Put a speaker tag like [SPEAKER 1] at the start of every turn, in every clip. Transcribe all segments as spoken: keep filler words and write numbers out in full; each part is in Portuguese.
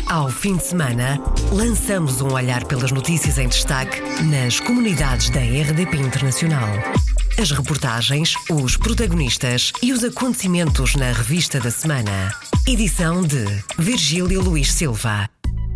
[SPEAKER 1] Ao fim de semana, lançamos um olhar pelas notícias em destaque nas comunidades da R D P Internacional. As reportagens, os protagonistas e os acontecimentos na revista da semana. Edição de Virgílio Luís Silva.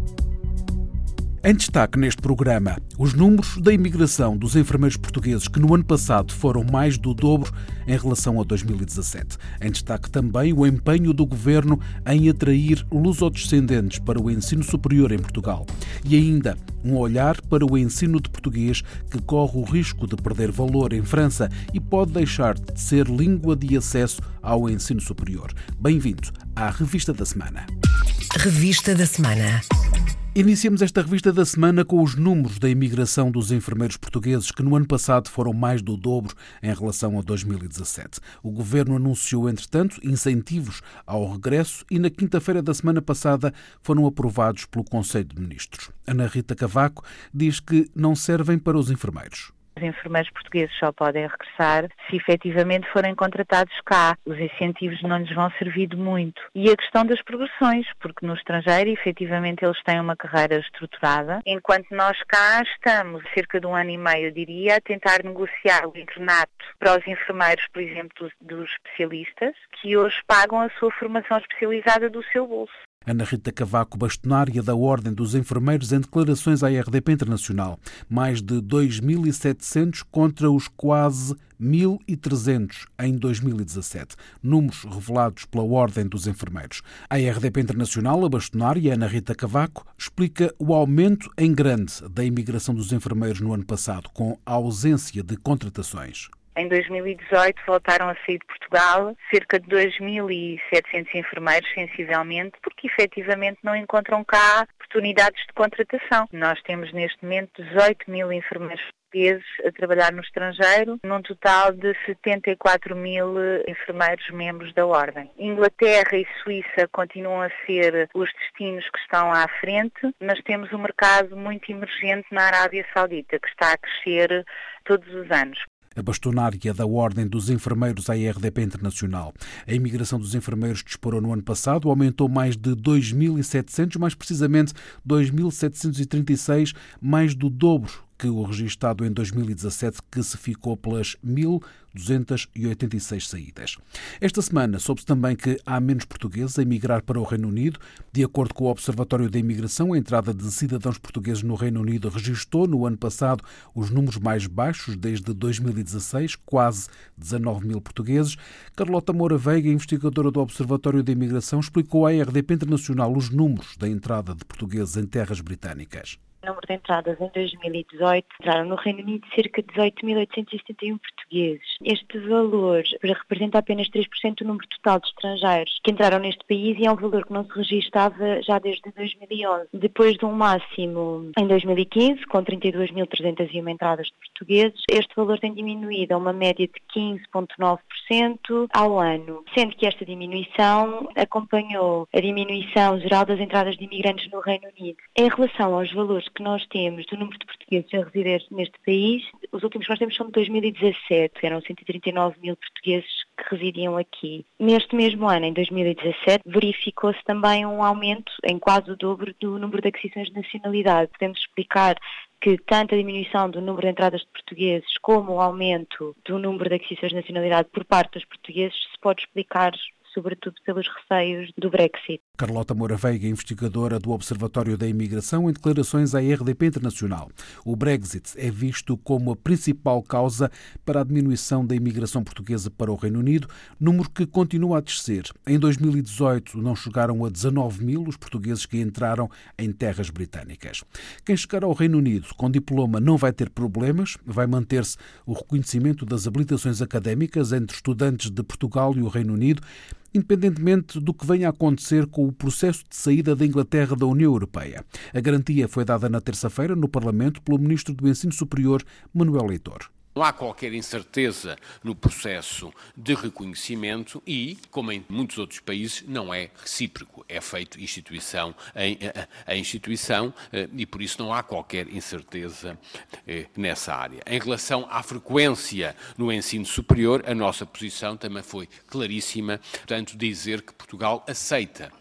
[SPEAKER 2] Em destaque neste programa, os números da imigração dos enfermeiros portugueses que no ano passado foram mais do dobro em relação a dois mil e dezassete. Em destaque também o empenho do Governo em atrair lusodescendentes para o ensino superior em Portugal. E ainda um olhar para o ensino de português que corre o risco de perder valor em França e pode deixar de ser língua de acesso ao ensino superior. Bem-vindo à Revista da Semana.
[SPEAKER 1] Revista da Semana.
[SPEAKER 2] Iniciamos esta revista da semana com os números da imigração dos enfermeiros portugueses, que no ano passado foram mais do dobro em relação a dois mil e dezassete. O Governo anunciou, entretanto, incentivos ao regresso e na quinta-feira da semana passada foram aprovados pelo Conselho de Ministros. Ana Rita Cavaco diz que não servem para os enfermeiros.
[SPEAKER 3] Os enfermeiros portugueses só podem regressar se efetivamente forem contratados cá. Os incentivos não lhes vão servir de muito. E a questão das progressões, porque no estrangeiro, efetivamente, eles têm uma carreira estruturada, enquanto nós cá estamos, cerca de um ano e meio, eu diria, a tentar negociar o internato para os enfermeiros, por exemplo, dos, dos especialistas, que hoje pagam a sua formação especializada do seu bolso.
[SPEAKER 2] Ana Rita Cavaco, bastonária da Ordem dos Enfermeiros, em declarações à R D P Internacional. Mais de dois mil e setecentos contra os quase mil e trezentos em dois mil e dezassete. Números revelados pela Ordem dos Enfermeiros. A R D P Internacional, a bastonária Ana Rita Cavaco, explica o aumento em grande da imigração dos enfermeiros no ano passado, com a ausência de contratações.
[SPEAKER 3] Em dois mil e dezoito voltaram a sair de Portugal cerca de dois mil e setecentos enfermeiros, sensivelmente, porque efetivamente não encontram cá oportunidades de contratação. Nós temos neste momento dezoito mil enfermeiros portugueses a trabalhar no estrangeiro, num total de setenta e quatro mil enfermeiros membros da Ordem. Inglaterra e Suíça continuam a ser os destinos que estão à frente, mas temos um mercado muito emergente na Arábia Saudita, que está a crescer todos os anos.
[SPEAKER 2] A bastonária da Ordem dos Enfermeiros à R D P Internacional. A imigração dos enfermeiros disparou no ano passado, aumentou mais de dois mil e setecentos, mais precisamente dois mil setecentos e trinta e seis, mais do dobro que o registado em dois mil e dezassete, que se ficou pelas mil duzentas e oitenta e seis saídas. Esta semana soube-se também que há menos portugueses a emigrar para o Reino Unido. De acordo com o Observatório da Imigração, a entrada de cidadãos portugueses no Reino Unido registou no ano passado os números mais baixos desde dois mil e dezasseis, quase dezanove mil portugueses. Carlota Moura Veiga, investigadora do Observatório da Imigração, explicou à R D P Internacional os números da entrada de portugueses em terras britânicas.
[SPEAKER 4] O número de entradas em dois mil e dezoito, entraram no Reino Unido cerca de dezoito mil oitocentos e setenta e um portugueses. Este valor representa apenas três por cento do número total de estrangeiros que entraram neste país e é um valor que não se registava já desde dois mil e onze. Depois de um máximo em dois mil e quinze, com trinta e duas mil trezentas e uma entradas de portugueses, este valor tem diminuído a uma média de quinze vírgula nove por cento ao ano, sendo que esta diminuição acompanhou a diminuição geral das entradas de imigrantes no Reino Unido. Em relação aos valores que nós temos do número de portugueses a residir neste país, os últimos que nós temos são de dois mil e dezassete, eram cento e trinta e nove mil portugueses que residiam aqui. Neste mesmo ano, em dois mil e dezassete, verificou-se também um aumento em quase o dobro do número de aquisições de nacionalidade. Podemos explicar que tanto a diminuição do número de entradas de portugueses como o aumento do número de aquisições de nacionalidade por parte dos portugueses se pode explicar sobretudo pelos receios do Brexit.
[SPEAKER 2] Carlota Moura Veiga, investigadora do Observatório da Imigração, em declarações à R D P Internacional. O Brexit é visto como a principal causa para a diminuição da imigração portuguesa para o Reino Unido, número que continua a descer. Em dois mil e dezoito não chegaram a dezanove mil os portugueses que entraram em terras britânicas. Quem chegar ao Reino Unido com diploma não vai ter problemas, vai manter-se o reconhecimento das habilitações académicas entre estudantes de Portugal e o Reino Unido, independentemente do que venha a acontecer com o processo de saída da Inglaterra da União Europeia. A garantia foi dada na terça-feira no Parlamento pelo Ministro do Ensino Superior, Manuel Leitor.
[SPEAKER 5] Não há qualquer incerteza no processo de reconhecimento e, como em muitos outros países, não é recíproco. É feito instituição em, em instituição e, por isso, não há qualquer incerteza nessa área. Em relação à frequência no ensino superior, a nossa posição também foi claríssima. Portanto, dizer que Portugal aceita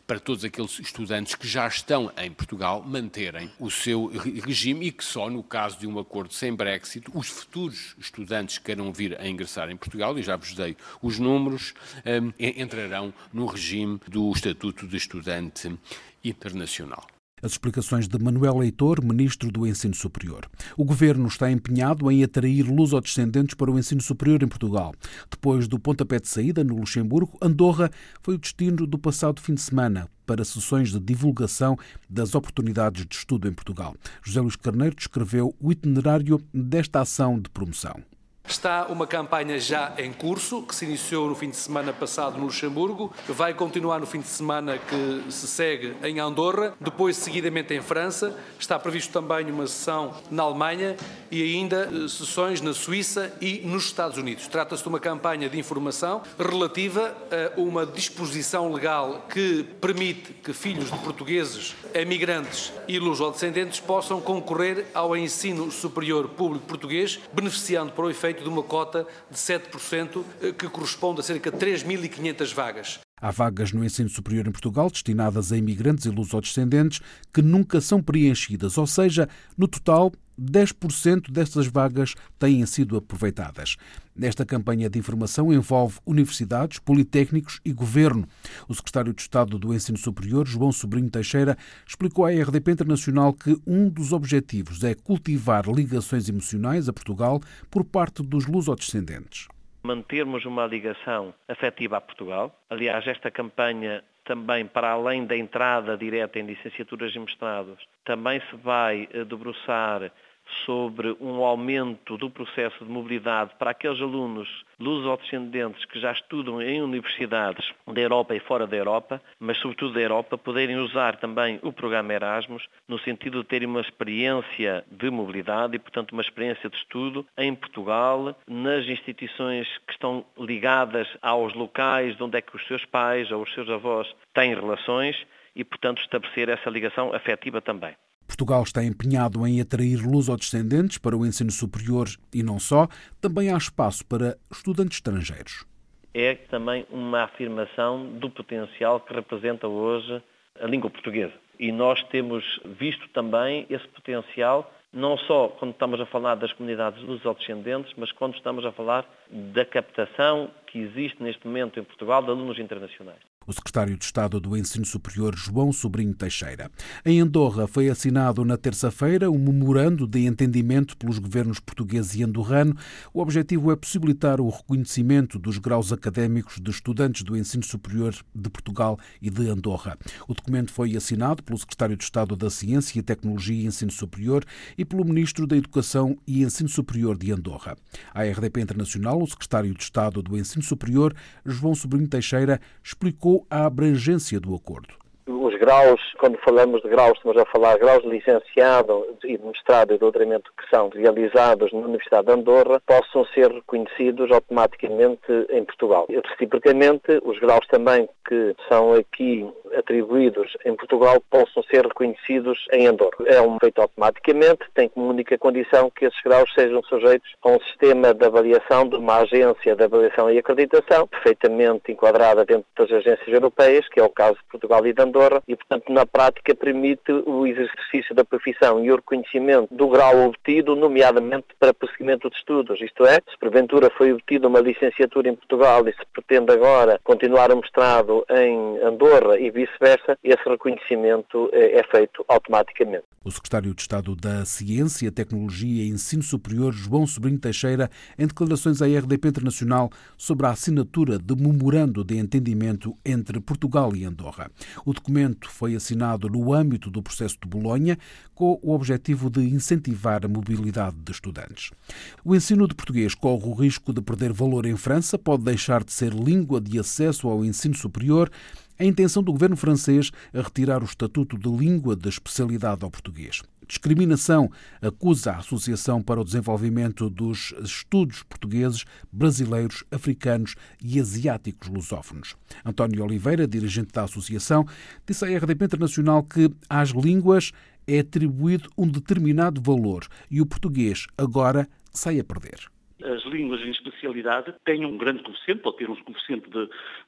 [SPEAKER 5] para todos aqueles estudantes que já estão em Portugal manterem o seu regime e que só no caso de um acordo sem Brexit, os futuros estudantes que queiram vir a ingressar em Portugal, e já vos dei os números, um, entrarão no regime do Estatuto de Estudante Internacional.
[SPEAKER 2] As explicações de Manuel Leitor, Ministro do Ensino Superior. O Governo está empenhado em atrair lusodescendentes para o ensino superior em Portugal. Depois do pontapé de saída no Luxemburgo, Andorra foi o destino do passado fim de semana para sessões de divulgação das oportunidades de estudo em Portugal. José Luís Carneiro descreveu o itinerário desta ação de promoção.
[SPEAKER 6] Está uma campanha já em curso, que se iniciou no fim de semana passado no Luxemburgo, vai continuar no fim de semana que se segue em Andorra, depois seguidamente em França, está previsto também uma sessão na Alemanha e ainda sessões na Suíça e nos Estados Unidos. Trata-se de uma campanha de informação relativa a uma disposição legal que permite que filhos de portugueses, emigrantes e lusodescendentes possam concorrer ao ensino superior público português, beneficiando por o efeito de uma cota de sete por cento, que corresponde a cerca de três mil e quinhentas vagas.
[SPEAKER 2] Há vagas no ensino superior em Portugal destinadas a imigrantes e lusodescendentes que nunca são preenchidas, ou seja, no total, dez por cento destas vagas têm sido aproveitadas. Esta campanha de informação envolve universidades, politécnicos e governo. O secretário de Estado do Ensino Superior, João Sobrinho Teixeira, explicou à R D P Internacional que um dos objetivos é cultivar ligações emocionais a Portugal por parte dos lusodescendentes.
[SPEAKER 7] Mantermos uma ligação afetiva a Portugal. Aliás, esta campanha também, para além da entrada direta em licenciaturas e mestrados, também se vai debruçar sobre um aumento do processo de mobilidade para aqueles alunos lusodescendentes que já estudam em universidades da Europa e fora da Europa, mas sobretudo da Europa, poderem usar também o programa Erasmus no sentido de terem uma experiência de mobilidade e, portanto, uma experiência de estudo em Portugal, nas instituições que estão ligadas aos locais de onde é que os seus pais ou os seus avós têm relações e, portanto, estabelecer essa ligação afetiva também.
[SPEAKER 2] Portugal está empenhado em atrair lusodescendentes para o ensino superior e não só, também há espaço para estudantes estrangeiros.
[SPEAKER 7] É também uma afirmação do potencial que representa hoje a língua portuguesa. E nós temos visto também esse potencial, não só quando estamos a falar das comunidades lusodescendentes, mas quando estamos a falar da captação que existe neste momento em Portugal de alunos internacionais.
[SPEAKER 2] O secretário de Estado do Ensino Superior, João Sobrinho Teixeira. Em Andorra foi assinado na terça-feira um memorando de entendimento pelos governos português e andorrano. O objetivo é possibilitar o reconhecimento dos graus académicos de estudantes do ensino superior de Portugal e de Andorra. O documento foi assinado pelo secretário de Estado da Ciência, Tecnologia e Ensino Superior e pelo ministro da Educação e Ensino Superior de Andorra. À R D P Internacional, o secretário de Estado do Ensino Superior, João Sobrinho Teixeira, explicou a abrangência do acordo.
[SPEAKER 8] Os graus, quando falamos de graus, estamos a falar de graus de licenciado e de mestrado e doutoramento que são realizados na Universidade de Andorra, possam ser reconhecidos automaticamente em Portugal. E, reciprocamente, os graus também que são aqui atribuídos em Portugal possam ser reconhecidos em Andorra. É um feito automaticamente, tem como única condição que esses graus sejam sujeitos a um sistema de avaliação de uma agência de avaliação e acreditação, perfeitamente enquadrada dentro das agências europeias, que é o caso de Portugal e de Andorra, e, portanto, na prática permite o exercício da profissão e o reconhecimento do grau obtido, nomeadamente para prosseguimento de estudos. Isto é, se porventura foi obtida uma licenciatura em Portugal e se pretende agora continuar o mestrado em Andorra e vice-versa, esse reconhecimento é feito automaticamente.
[SPEAKER 2] O secretário de Estado da Ciência, Tecnologia e Ensino Superior, João Sobrinho Teixeira, em declarações à R D P Internacional sobre a assinatura de memorando de entendimento entre Portugal e Andorra. O documento foi assinado no âmbito do processo de Bolonha, com o objetivo de incentivar a mobilidade de estudantes. O ensino de português corre o risco de perder valor em França, pode deixar de ser língua de acesso ao ensino superior. A intenção do governo francês é retirar o estatuto de língua de especialidade ao português. Discriminação acusa a Associação para o Desenvolvimento dos Estudos Portugueses, Brasileiros, Africanos e Asiáticos Lusófonos. António Oliveira, dirigente da associação, disse à R D P Internacional que às línguas é atribuído um determinado valor e o português agora sai a perder.
[SPEAKER 9] As línguas em especialidade têm um grande coeficiente, pode ter um coeficiente de,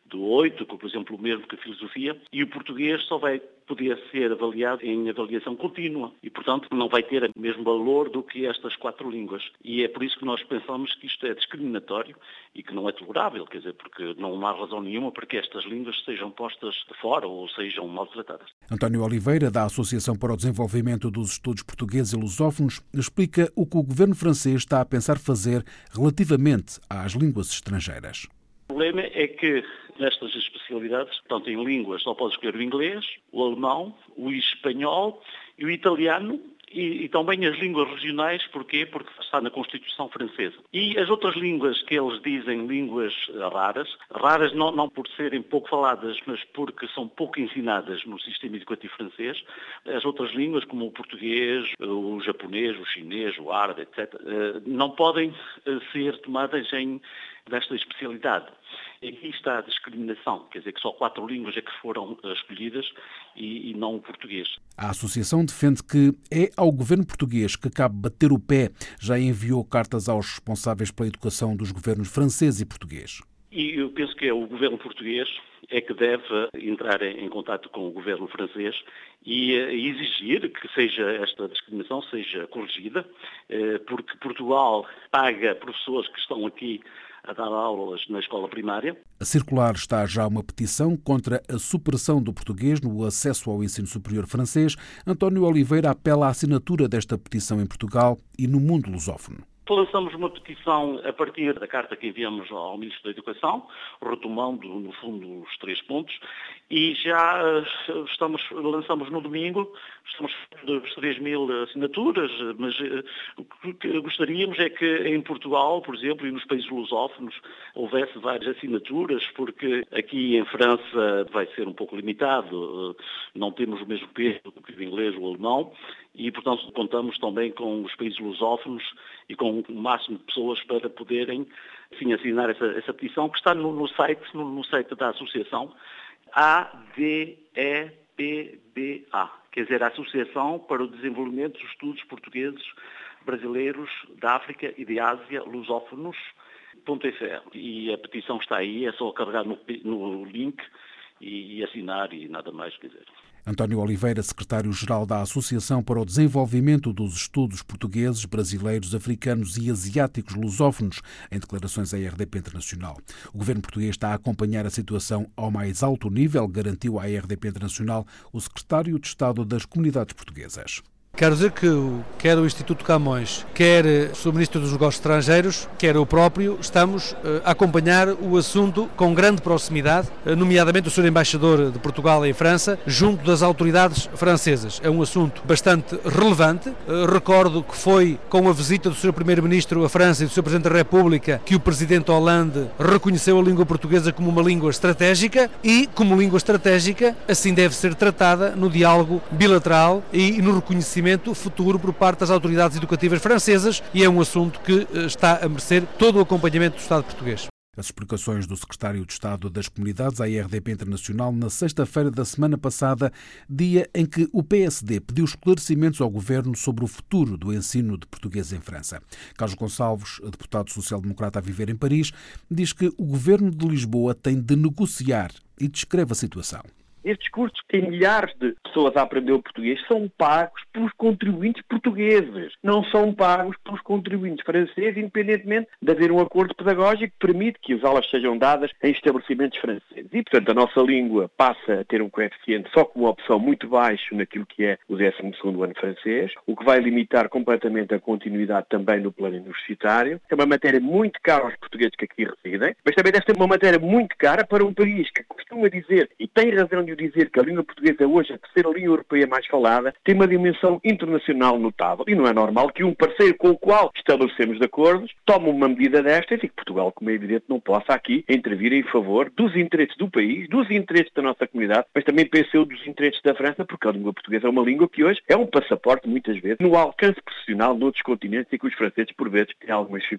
[SPEAKER 9] do oito, como por exemplo o mesmo que a filosofia, e o português só vai poder ser avaliado em avaliação contínua e, portanto, não vai ter o mesmo valor do que estas quatro línguas. E é por isso que nós pensamos que isto é discriminatório e que não é tolerável, quer dizer, porque não há razão nenhuma para que estas línguas sejam postas de fora ou sejam maltratadas.
[SPEAKER 2] António Oliveira, da Associação para o Desenvolvimento dos Estudos Portugueses e Lusófonos, explica o que o governo francês está a pensar fazer relativamente às línguas estrangeiras.
[SPEAKER 9] O problema é que nestas especialidades, tanto em línguas, só pode escolher o inglês, o alemão, o espanhol e o italiano e, e também as línguas regionais. Porquê? Porque está na Constituição francesa. E as outras línguas que eles dizem línguas raras, raras não, não por serem pouco faladas, mas porque são pouco ensinadas no sistema educativo francês, as outras línguas como o português, o japonês, o chinês, o árabe, etcétera, não podem ser tomadas em desta especialidade. Aqui está a discriminação, quer dizer que só quatro línguas é que foram escolhidas e, e não o português.
[SPEAKER 2] A associação defende que é ao governo português que cabe bater o pé. Já enviou cartas aos responsáveis pela educação dos governos francês e português.
[SPEAKER 9] E eu penso que é o governo português é que deve entrar em contato com o governo francês e exigir que seja esta discriminação seja corrigida, porque Portugal paga professores que estão aqui a dar aulas na escola primária.
[SPEAKER 2] A circular está já uma petição contra a supressão do português no acesso ao ensino superior francês. António Oliveira apela à assinatura desta petição em Portugal e no mundo lusófono.
[SPEAKER 9] Lançamos uma petição a partir da carta que enviamos ao Ministro da Educação, retomando, no fundo, os três pontos, e já estamos, lançamos no domingo, estamos dos três mil assinaturas, mas o que gostaríamos é que em Portugal, por exemplo, e nos países lusófonos, houvesse várias assinaturas, porque aqui em França vai ser um pouco limitado, não temos o mesmo peso do que o inglês ou o alemão, e, portanto, contamos também com os países lusófonos e com o máximo de pessoas para poderem, enfim, assinar essa, essa petição que está no, no site, no, no site da Associação A D E P B A, quer dizer, a Associação para o Desenvolvimento dos Estudos Portugueses Brasileiros da África e de Ásia Lusófonos, ponto F R. E a petição está aí, é só carregar no, no link e, e assinar e nada mais, quer dizer.
[SPEAKER 2] António Oliveira, secretário-geral da Associação para o Desenvolvimento dos Estudos Portugueses, Brasileiros, Africanos e Asiáticos Lusófonos, em declarações à R D P Internacional. O governo português está a acompanhar a situação ao mais alto nível, garantiu à R D P Internacional o secretário de Estado das Comunidades Portuguesas.
[SPEAKER 6] Quero dizer que quer o Instituto Camões, quer o Ministro dos Negócios Estrangeiros, quer eu próprio, estamos a acompanhar o assunto com grande proximidade, nomeadamente o senhor Embaixador de Portugal em França, junto das autoridades francesas. É um assunto bastante relevante. Recordo que foi com a visita do senhor Primeiro-Ministro à França e do senhor Presidente da República que o Presidente Hollande reconheceu a língua portuguesa como uma língua estratégica e, como língua estratégica, assim deve ser tratada no diálogo bilateral e no reconhecimento futuro por parte das autoridades educativas francesas, e é um assunto que está a merecer todo o acompanhamento do Estado português.
[SPEAKER 2] As explicações do secretário de Estado das Comunidades à R D P Internacional na sexta-feira da semana passada, dia em que o P S D pediu esclarecimentos ao governo sobre o futuro do ensino de português em França. Carlos Gonçalves, deputado social-democrata a viver em Paris, diz que o governo de Lisboa tem de negociar e descreve a situação.
[SPEAKER 10] Estes cursos que têm milhares de pessoas a aprender o português são pagos pelos contribuintes portugueses, não são pagos pelos contribuintes franceses, independentemente de haver um acordo pedagógico que permite que as aulas sejam dadas em estabelecimentos franceses. E, portanto, a nossa língua passa a ter um coeficiente só com uma opção muito baixo naquilo que é o décimo segundo ano francês, o que vai limitar completamente a continuidade também no plano universitário. É uma matéria muito cara aos portugueses que aqui residem, mas também deve ser uma matéria muito cara para um país que costuma dizer, e tem razão de dizer que a língua portuguesa hoje, a terceira língua europeia mais falada, tem uma dimensão internacional notável. E não é normal que um parceiro com o qual estabelecemos de acordos tome uma medida destas e que Portugal, como é evidente, não possa aqui intervir em favor dos interesses do país, dos interesses da nossa comunidade, mas também pensou dos interesses da França, porque a língua portuguesa é uma língua que hoje é um passaporte, muitas vezes, no alcance profissional noutros continentes e que os franceses, por vezes, têm alguma dificuldade.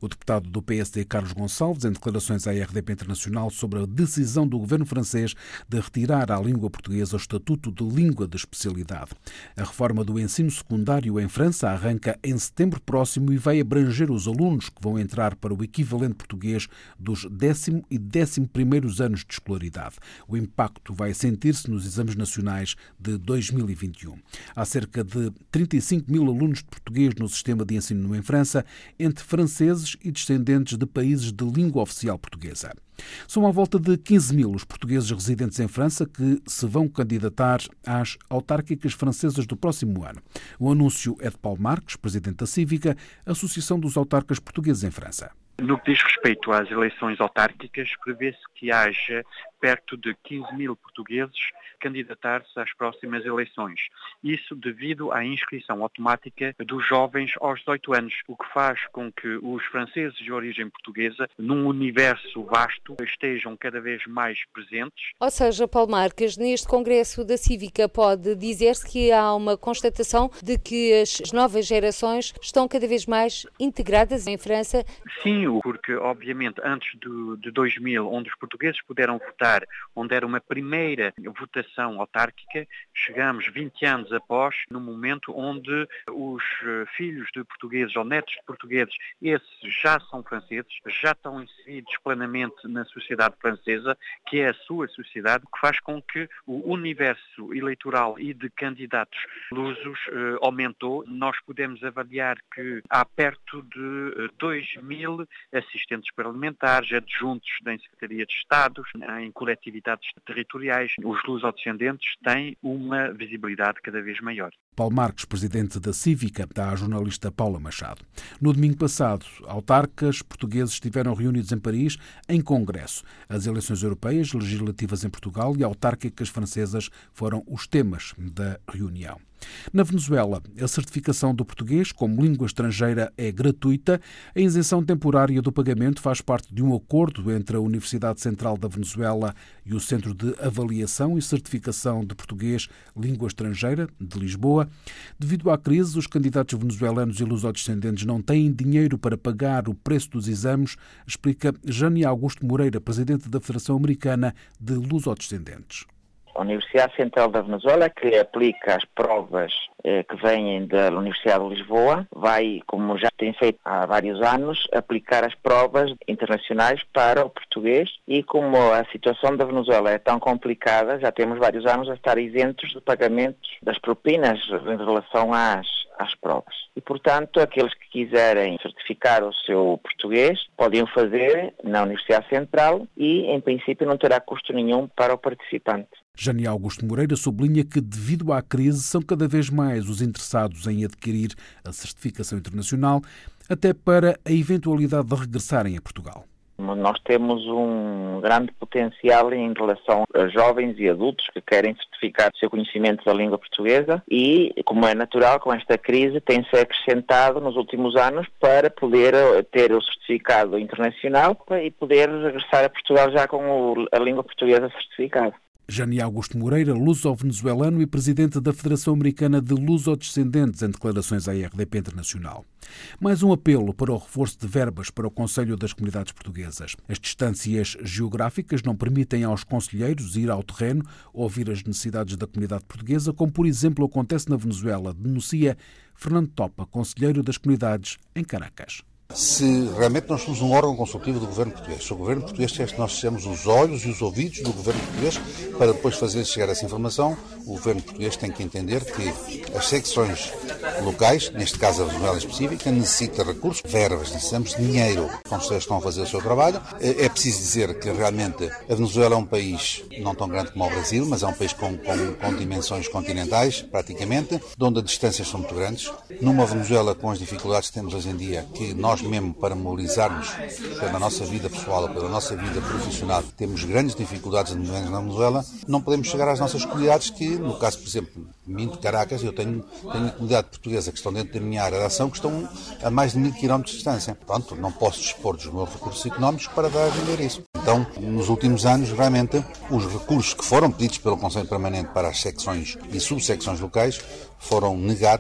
[SPEAKER 2] O deputado do P S D, Carlos Gonçalves, em declarações à R D P Internacional sobre a decisão do governo francês de retirar à língua portuguesa o estatuto de língua de especialidade. A reforma do ensino secundário em França arranca em setembro próximo e vai abranger os alunos que vão entrar para o equivalente português dos décimo e décimo primeiros anos de escolaridade. O impacto vai sentir-se nos exames nacionais de dois mil e vinte e um. Há cerca de trinta e cinco mil alunos de português no sistema de ensino em França, entre franceses e descendentes de países de língua oficial portuguesa. São à volta de quinze mil os portugueses residentes em França que se vão candidatar às autárquicas francesas do próximo ano. O anúncio é de Paulo Marques, presidente da Cívica, Associação dos Autarcas Portugueses em França.
[SPEAKER 11] No que diz respeito às eleições autárquicas, prevê-se que haja perto de quinze mil portugueses candidatar-se às próximas eleições. Isso devido à inscrição automática dos jovens aos dezoito anos, o que faz com que os franceses de origem portuguesa, num universo vasto, estejam cada vez mais presentes.
[SPEAKER 12] Ou seja, Paulo Marques, neste Congresso da Cívica pode dizer-se que há uma constatação de que as novas gerações estão cada vez mais integradas em França?
[SPEAKER 11] Sim, porque obviamente antes de, de dois mil, onde os portugueses puderam votar, onde era uma primeira votação autárquica, chegamos vinte anos após, no momento onde os filhos de portugueses ou netos de portugueses, esses já são franceses, já estão inseridos plenamente na sociedade francesa, que é a sua sociedade, que faz com que o universo eleitoral e de candidatos lusos eh, aumentou. Nós podemos avaliar que há perto de dois mil assistentes parlamentares, adjuntos da Secretaria de Estado, em coletividades territoriais. Os lusodescendentes têm uma visibilidade cada vez maior.
[SPEAKER 2] Paulo Marques, presidente da Cívica, dá à jornalista Paula Machado. No domingo passado, autarcas portugueses estiveram reunidos em Paris em congresso. As eleições europeias, legislativas em Portugal e autárquicas francesas foram os temas da reunião. Na Venezuela, a certificação do português como língua estrangeira é gratuita. A isenção temporária do pagamento faz parte de um acordo entre a Universidade Central da Venezuela e o Centro de Avaliação e Certificação de Português Língua Estrangeira, de Lisboa. Devido à crise, os candidatos venezuelanos e lusodescendentes não têm dinheiro para pagar o preço dos exames, explica Jânia Augusto Moreira, presidente da Federação Americana de Lusodescendentes.
[SPEAKER 13] A Universidade Central da Venezuela, que aplica as provas eh, que vêm da Universidade de Lisboa, vai, como já tem feito há vários anos, aplicar as provas internacionais para o português e como a situação da Venezuela é tão complicada, já temos vários anos a estar isentos de pagamentos das propinas em relação às, às provas. E, portanto, aqueles que quiserem certificar o seu português podem o fazer na Universidade Central e, em princípio, não terá custo nenhum para o participante.
[SPEAKER 2] Jânia Augusto Moreira sublinha que, devido à crise, são cada vez mais os interessados em adquirir a certificação internacional, até para a eventualidade de regressarem a Portugal.
[SPEAKER 13] Nós temos um grande potencial em relação a jovens e adultos que querem certificar o seu conhecimento da língua portuguesa e, como é natural, com esta crise tem-se acrescentado nos últimos anos para poder ter o certificado internacional e poder regressar a Portugal já com a língua portuguesa certificada.
[SPEAKER 2] Jânia Augusto Moreira, luso-venezuelano e presidente da Federação Americana de Lusodescendentes, em declarações à R D P Internacional. Mais um apelo para o reforço de verbas para o Conselho das Comunidades Portuguesas. As distâncias geográficas não permitem aos conselheiros ir ao terreno ouvir as necessidades da comunidade portuguesa, como por exemplo acontece na Venezuela, denuncia Fernando Topa, conselheiro das comunidades em Caracas.
[SPEAKER 14] Se realmente nós somos um órgão consultivo do governo português, se o governo português quer que nós sejamos os olhos e os ouvidos do governo português para depois fazer chegar essa informação, o governo português tem que entender que as secções locais, neste caso a Venezuela específica, necessita recursos, verbas, necessitamos dinheiro. Os conselheiros estão a fazer o seu trabalho. É preciso dizer que realmente a Venezuela é um país não tão grande como o Brasil, mas é um país com, com, com dimensões continentais, praticamente, onde as distâncias são muito grandes. Numa Venezuela com as dificuldades que temos hoje em dia, que nós mesmo para mobilizarmos pela nossa vida pessoal, pela nossa vida profissional, temos grandes dificuldades na Venezuela, não podemos chegar às nossas comunidades que, no caso, por exemplo, de mim de Caracas, eu tenho, tenho a comunidade portuguesa que estão dentro da minha área de ação, que estão a mais de mil quilómetros de distância. Portanto, não posso dispor dos meus recursos económicos para dar a vender isso. Então, nos últimos anos, realmente, os recursos que foram pedidos pelo Conselho Permanente para as secções e subsecções locais foram negados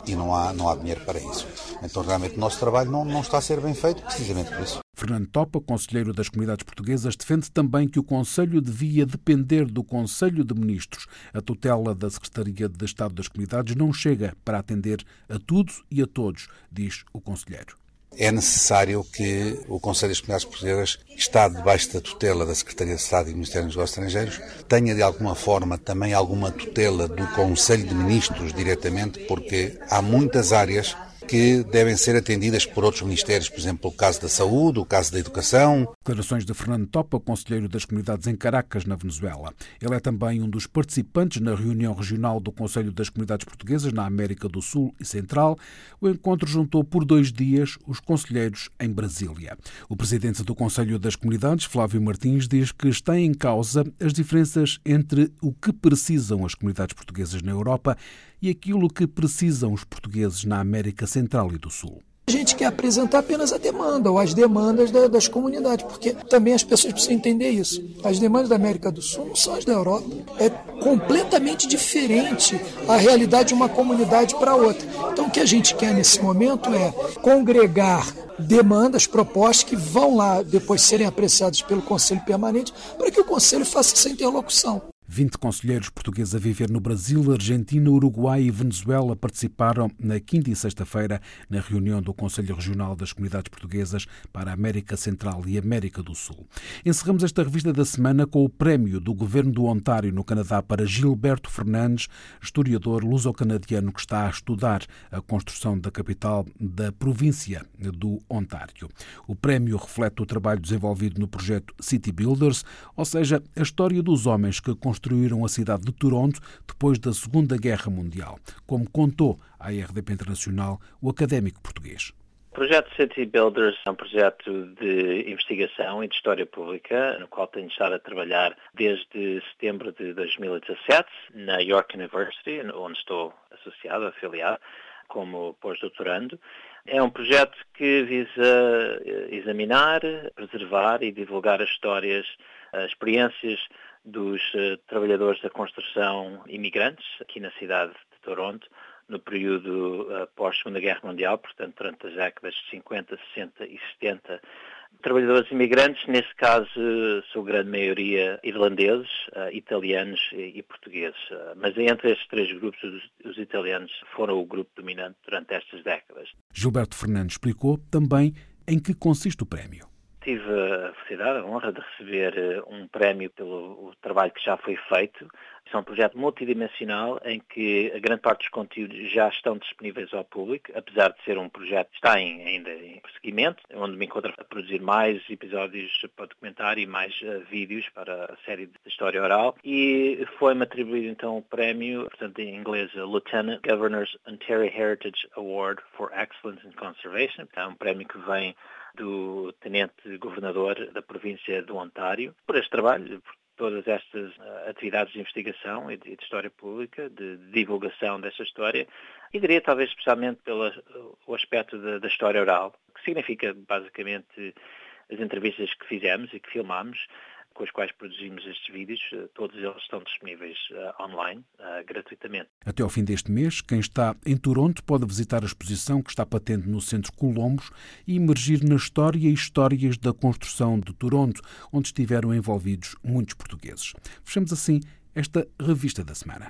[SPEAKER 14] e não há, não há dinheiro para isso. Então realmente o nosso trabalho não, não está a ser bem feito precisamente por isso.
[SPEAKER 2] Fernando Topa, conselheiro das Comunidades Portuguesas, defende também que o Conselho devia depender do Conselho de Ministros. A tutela da Secretaria de Estado das Comunidades não chega para atender a tudo e a todos, diz o conselheiro.
[SPEAKER 14] É necessário que o Conselho das Comunidades Portuguesas, que está debaixo da tutela da Secretaria de Estado e do Ministério dos Negócios Estrangeiros, tenha de alguma forma também alguma tutela do Conselho de Ministros diretamente, porque há muitas áreas que devem ser atendidas por outros ministérios, por exemplo, o caso da saúde, o caso da educação.
[SPEAKER 2] Declarações de Fernando Topa, conselheiro das Comunidades em Caracas, na Venezuela. Ele é também um dos participantes na reunião regional do Conselho das Comunidades Portuguesas na América do Sul e Central. O encontro juntou por dois dias os conselheiros em Brasília. O presidente do Conselho das Comunidades, Flávio Martins, diz que está em causa as diferenças entre o que precisam as comunidades portuguesas na Europa e aquilo que precisam os portugueses na América Central e do Sul.
[SPEAKER 15] A gente quer apresentar apenas a demanda ou as demandas da, das comunidades, porque também as pessoas precisam entender isso. As demandas da América do Sul não são as da Europa. É completamente diferente a realidade de uma comunidade para outra. Então o que a gente quer nesse momento é congregar demandas, propostas que vão lá depois serem apreciadas pelo Conselho Permanente para que o Conselho faça essa interlocução.
[SPEAKER 2] vinte conselheiros portugueses a viver no Brasil, Argentina, Uruguai e Venezuela participaram na quinta e sexta-feira na reunião do Conselho Regional das Comunidades Portuguesas para a América Central e América do Sul. Encerramos esta revista da semana com o prémio do Governo do Ontário, no Canadá, para Gilberto Fernandes, historiador luso-canadiano que está a estudar a construção da capital da província do Ontário. O prémio reflete o trabalho desenvolvido no projeto City Builders, ou seja, a história dos homens que construíram construíram a cidade de Toronto depois da Segunda Guerra Mundial, como contou à R D P Internacional o académico português.
[SPEAKER 7] O projeto City Builders é um projeto de investigação e de história pública, no qual tenho estado a trabalhar desde setembro de dois mil e dezassete, na York University, onde estou associado, afiliado, como pós-doutorando. É um projeto que visa examinar, preservar e divulgar as histórias, as experiências dos uh, trabalhadores da construção imigrantes aqui na cidade de Toronto, no período uh, pós-Segunda Guerra Mundial, portanto, durante as décadas de cinquenta, sessenta e setenta. Trabalhadores imigrantes, nesse caso, sua grande maioria irlandeses, uh, italianos e, e portugueses. Uh, mas entre estes três grupos, os, os italianos foram o grupo dominante durante estas décadas.
[SPEAKER 2] Gilberto Fernandes explicou também em que consiste o prémio.
[SPEAKER 7] Tive a felicidade, a honra de receber um prémio pelo trabalho que já foi feito. É um projeto multidimensional em que a grande parte dos conteúdos já estão disponíveis ao público, apesar de ser um projeto que está em, ainda em prosseguimento, onde me encontro a produzir mais episódios para documentário e mais uh, vídeos para a série de história oral. E foi-me atribuído então o prémio, portanto em inglês, Lieutenant Governor's Ontario Heritage Award for Excellence in Conservation. É um prémio que vem do Tenente Governador da província do Ontário, por este trabalho, por todas estas uh, atividades de investigação e de, de história pública, de, de divulgação desta história, e diria talvez especialmente pelo o aspecto da, da história oral, que significa basicamente as entrevistas que fizemos e que filmámos, com os quais produzimos estes vídeos. Todos eles estão disponíveis uh, online, uh, gratuitamente.
[SPEAKER 2] Até ao fim deste mês, quem está em Toronto pode visitar a exposição que está patente no Centro Colombos e imergir na história e histórias da construção de Toronto, onde estiveram envolvidos muitos portugueses. Fechamos assim esta revista da semana.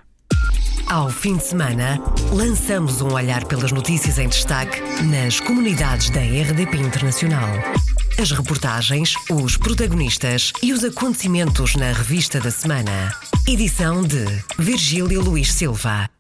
[SPEAKER 1] Ao fim de semana, lançamos um olhar pelas notícias em destaque nas comunidades da R D P Internacional. As reportagens, os protagonistas e os acontecimentos na revista da semana. Edição de Virgílio Luís Silva.